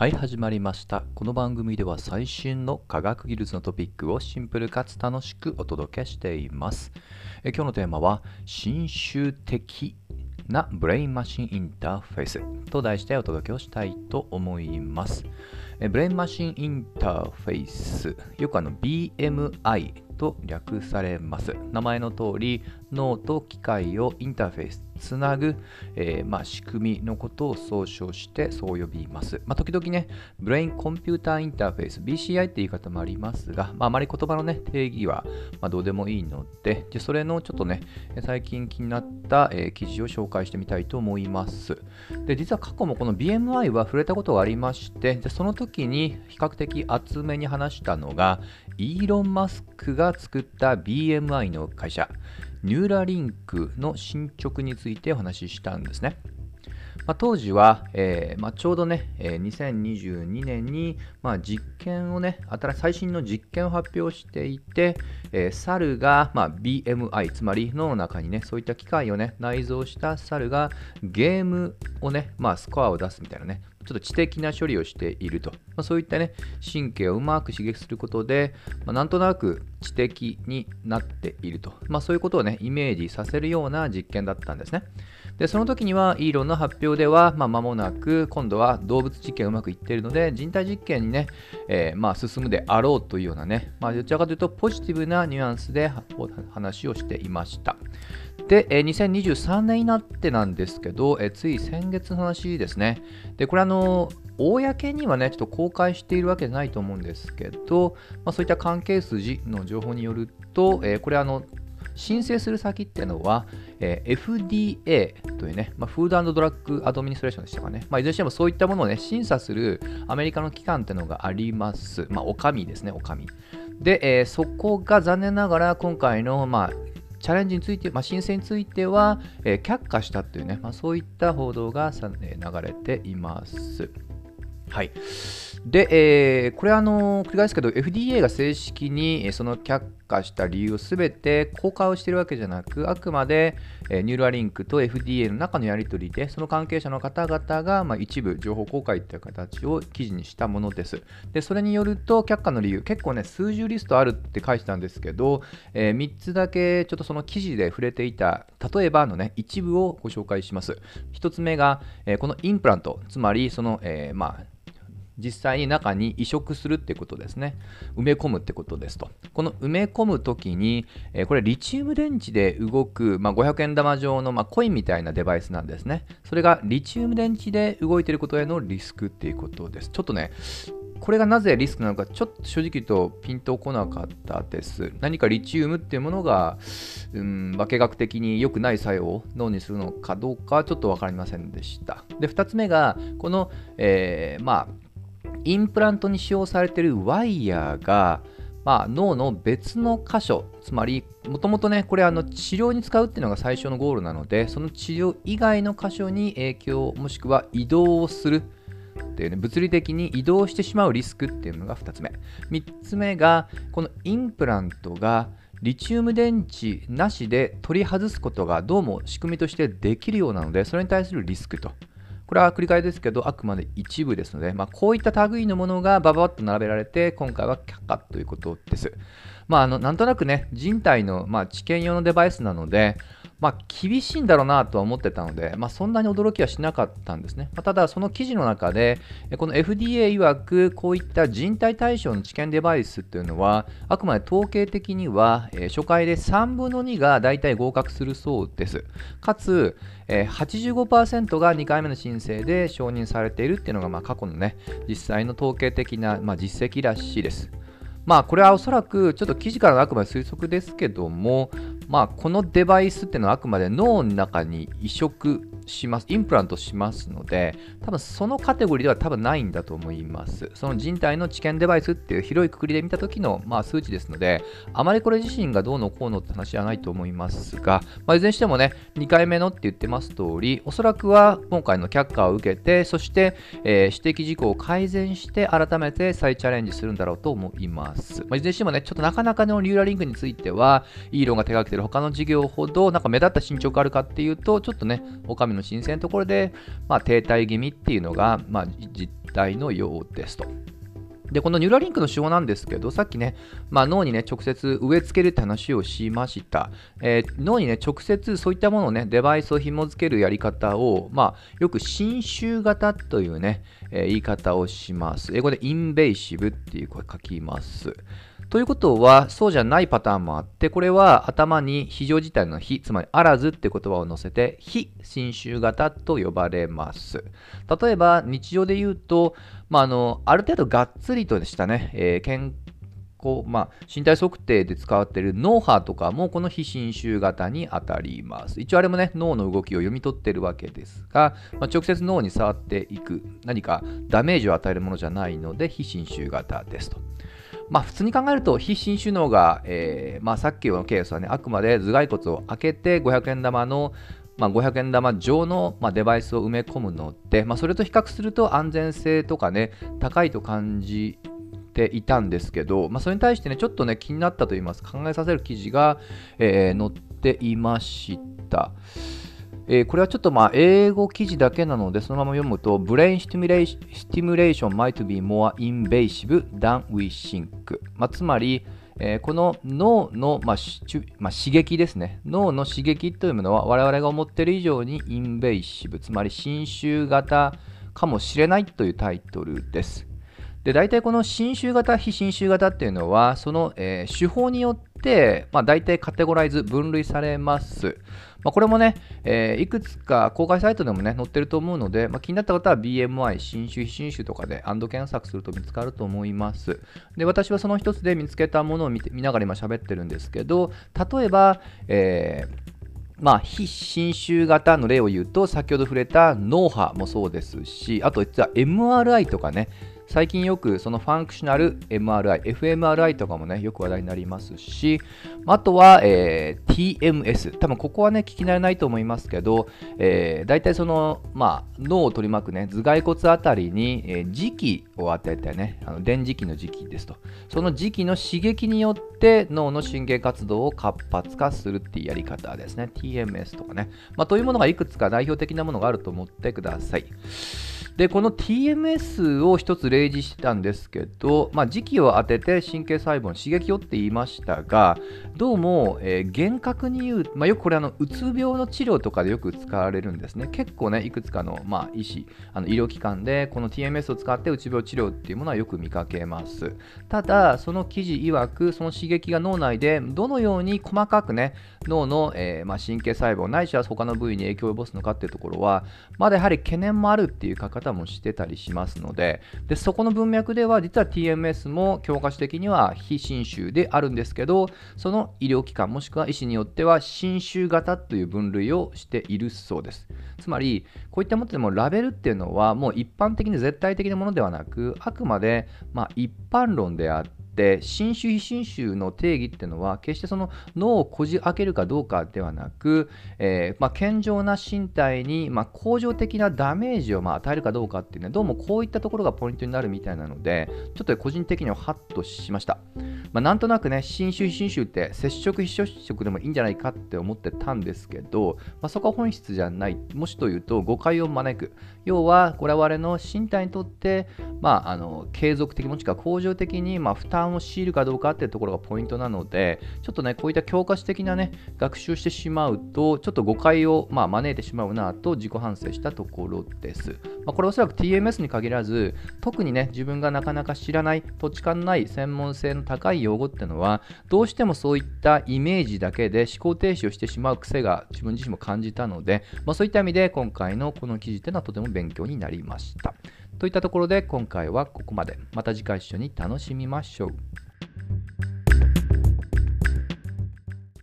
はい、始まりました。この番組では最新の科学技術のトピックをシンプルかつ楽しくお届けしています。今日のテーマは、新種的なブレインマシンインターフェースと題してお届けをしたいと思います。ブレインマシンインターフェース、よくBMI と略されます。名前の通り、脳と機械をインターフェース、つなぐ、仕組みのことを総称してそう呼びます。時々ね、ブレインコンピューターインターフェース、BCI って言い方もありますが、あまり言葉のね、定義はどうでもいいので、それのちょっとね、最近気になった、記事を紹介してみたいと思います。で、実は過去もこの BMI は触れたことがありまして、その時に比較的厚めに話したのが、イーロン・マスクが作った BMI の会社、ニューラリンクの進捗についてお話ししたんですね。当時は、ちょうどね、2022年に、実験をね、最新の実験を発表していて、猿が、BMI、つまり脳の中にね、そういった機械をね、内蔵した猿がゲームをね、スコアを出すみたいなね、ちょっと知的な処理をしていると。そういったね、神経をうまく刺激することで、なんとなく知的になっていると。そういうことをね、イメージさせるような実験だったんですね。で、その時にはイーロンの発表では、間もなく今度は動物実験うまくいっているので、人体実験にね、進むであろうというようなね、どちらかというとポジティブなニュアンスで話をしていました。で、2023年になってなんですけど、つい先月の話ですね。で、これ公にはね、ちょっと公開しているわけじゃないと思うんですけど、そういった関係筋の情報によると、これ申請する先っていうのは、FDA というね、フード&ドラッグアドミニストレーションでしたかね。いずれにしてもそういったものをね、審査するアメリカの機関っていうのがあります。お上ですね、お上。で、そこが残念ながら今回の、チャレンジについて、申請については、却下したというね、そういった報道が流れています。はい。で、これ繰り返すけど、FDA が正式にその却下した理由をすべて公開をしているわけじゃなく、あくまでニューラリンクと FDA の中のやり取りで、その関係者の方々が一部情報公開という形を記事にしたものです。で、それによると、却下の理由、結構ね、数十リストあるって書いてたんですけど、3つだけちょっとその記事で触れていた、例えばのね、一部をご紹介します。1つ目が、このインプラント、つまりその、実際に中に移植するってことですね。埋め込むってことですと。この埋め込むときに、これリチウム電池で動く、500円玉状の、コインみたいなデバイスなんですね。それがリチウム電池で動いていることへのリスクっていうことです。ちょっとね、これがなぜリスクなのか、ちょっと正直言うとピンとこなかったです。何かリチウムっていうものが、化学的に良くない作用を脳にするのかどうかはちょっと分かりませんでした。で、2つ目が、この、インプラントに使用されているワイヤーが、脳の別の箇所、つまり、もともとね、これ治療に使うっていうのが最初のゴールなので、その治療以外の箇所に影響、もしくは移動をするっていうね、物理的に移動してしまうリスクっていうのが2つ目。3つ目が、このインプラントがリチウム電池なしで取り外すことがどうも仕組みとしてできるようなので、それに対するリスクと。これは繰り返しですけど、あくまで一部ですので、こういった類のものがババッと並べられて、今回は却下ということです。なんとなくね、人体の、治験用のデバイスなので、厳しいんだろうなとは思ってたので、そんなに驚きはしなかったんですね。ただ、その記事の中で、この FDA 曰く、こういった人体対象の治験デバイスっていうのは、あくまで統計的には、初回で3分の2が大体合格するそうです。かつ、85% が2回目の申請で承認されているっていうのが、過去のね、実際の統計的な、実績らしいです。これはおそらくちょっと記事からのあくまで推測ですけども、このデバイスっていうのはあくまで脳の中に移植します、インプラントしますので、多分そのカテゴリーでは多分ないんだと思います。その人体の治験デバイスっていう広い括りで見た時の数値ですので、あまりこれ自身がどうのこうのって話はないと思いますが、いずれにしてもね、2回目のって言ってます通り、おそらくは今回の却下を受けて、そして、指摘事項を改善して改めて再チャレンジするんだろうと思います。いずれにしてもね、ちょっとなかなかのニューラリンクについては、イーロンが手掛けている他の事業ほど、なんか目立った進捗があるかっていうと、ちょっとね、お上の申請のところで、停滞気味っていうのが、 態のようですと。で、このニューラリンクの手法なんですけど、さっきね、脳にね、直接植え付けるって話をしました。脳にね、直接そういったものをね、デバイスを紐付けるやり方を、よく侵襲型というね、言い方をします。英語でインベイシブっていう声書きます。ということは、そうじゃないパターンもあって、これは頭に非常事態の非、つまりあらずって言葉を乗せて、非侵襲型と呼ばれます。例えば、日常で言うと、ある程度がっつりとしたね、健康、身体測定で使われている脳波とかもこの非侵襲型に当たります。一応あれもね、脳の動きを読み取っているわけですが、直接脳に触っていく、何かダメージを与えるものじゃないので、非侵襲型ですと。普通に考えると、非侵襲脳が、さっきのケースはね、あくまで頭蓋骨を開けて500円玉の500円玉状のデバイスを埋め込むので、それと比較すると安全性とかね、高いと感じていたんですけど、それに対してね、ちょっとね、気になったといいますか、考えさせる記事が、載っていました。これはちょっと英語記事だけなので、そのまま読むと、Brain stimulation might be more invasive than we think。つまり、この脳の、刺激ですね。脳の刺激というものは我々が思っている以上にインベイシブ、つまり侵襲型かもしれないというタイトルです。で、大体この侵襲型、非侵襲型っていうのは、その、手法によって、大体カテゴライズ、分類されます。これもね、いくつか公開サイトでもね、載ってると思うので、気になった方は BMI、侵襲、非侵襲とかで検索すると見つかると思います。で、私はその一つで見つけたものを見ながら今喋ってるんですけど、例えば、非侵襲型の例を言うと、先ほど触れた脳波もそうですし、あと実は MRI とかね、最近よくそのファンクショナル MRI、fMRI とかもね、よく話題になりますし、あとは、TMS。多分ここはね、聞き慣れないと思いますけど、大体その、脳を取り巻くね、頭蓋骨あたりに、磁気を当ててね、電磁気の磁気ですと。その磁気の刺激によって脳の神経活動を活発化するっていうやり方ですね。TMS とかね。というものがいくつか代表的なものがあると思ってください。で、この TMS を一つ例示したんですけど、磁気を当てて神経細胞の刺激をって言いましたが、どうも、厳格に言う、よくこれうつ病の治療とかでよく使われるんですね。結構ね、いくつかの、医師、医療機関でこの TMS を使ってうつ病治療っていうものはよく見かけます。ただ、その記事曰く、その刺激が脳内でどのように細かくね、脳の、神経細胞ないしは他の部位に影響を及ぼすのかっていうところは、まだやはり懸念もあるっていう書き方もしてたりしますので、そこの文脈では実は TMS も教科書的には非侵襲であるんですけど、その医療機関もしくは医師によっては侵襲型という分類をしているそうです。つまりこういったものでもラベルっていうのはもう一般的に絶対的なものではなく、あくまで一般論であって、侵襲非侵襲の定義っていうのは決してその脳をこじ開けるかどうかではなく、健常な身体に恒常的なダメージを与えるかどうかっていうね、どうもこういったところがポイントになるみたいなので、ちょっと個人的にはハッとしました。なんとなくね、侵襲非侵襲って接触非接触でもいいんじゃないかって思ってたんですけど、そこは本質じゃない。もしというと誤解を招く。要は我々の身体にとって、継続的もしくは恒常的に負担を強いるかどうかっていうところがポイントなので、ちょっとね、こういった教科書的なね、学習してしまうと、ちょっと誤解を招いてしまうなと自己反省したところです。これおそらく TMS に限らず、特にね、自分がなかなか知らない、土地勘ない専門性の高い用語っていうのは、どうしてもそういったイメージだけで思考停止をしてしまう癖が自分自身も感じたので、そういった意味で今回のこの記事っていうのはとても勉強になりました。といったところで今回はここまで。また次回一緒に楽しみましょう。